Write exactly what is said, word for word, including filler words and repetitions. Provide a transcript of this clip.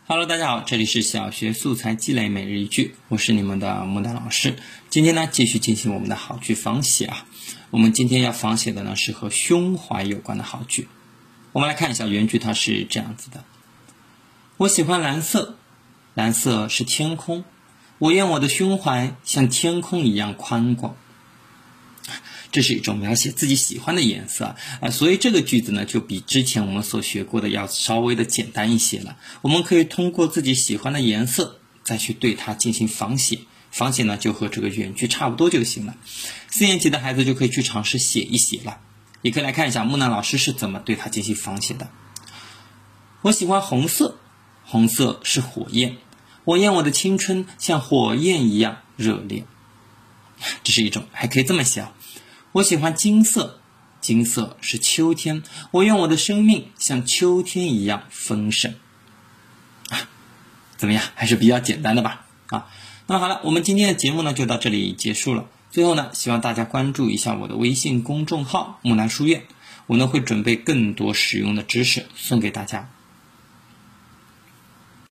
Hello， 大家好，这里是小学素材积累每日一句，我是你们的木丹老师。今天呢，继续进行我们的好句仿写啊。我们今天要仿写的呢是和胸怀有关的好句。我们来看一下原句，它是这样子的：我喜欢蓝色，蓝色是天空，我愿我的胸怀像天空一样宽广。这是一种描写自己喜欢的颜色啊、呃，所以这个句子呢就比之前我们所学过的要稍微的简单一些了。我们可以通过自己喜欢的颜色再去对它进行仿写，仿写呢就和这个原句差不多就行了。四年级的孩子就可以去尝试写一写了。也可以来看一下木南老师是怎么对它进行仿写的。我喜欢红色，红色是火焰，我愿我的青春像火焰一样热烈。这是一种，还可以这么写。我喜欢金色，金色是秋天，我愿我的生命像秋天一样丰盛。啊，怎么样？还是比较简单的吧？啊，那么好了，我们今天的节目呢就到这里结束了。最后呢，希望大家关注一下我的微信公众号木兰书院，我呢会准备更多实用的知识送给大家。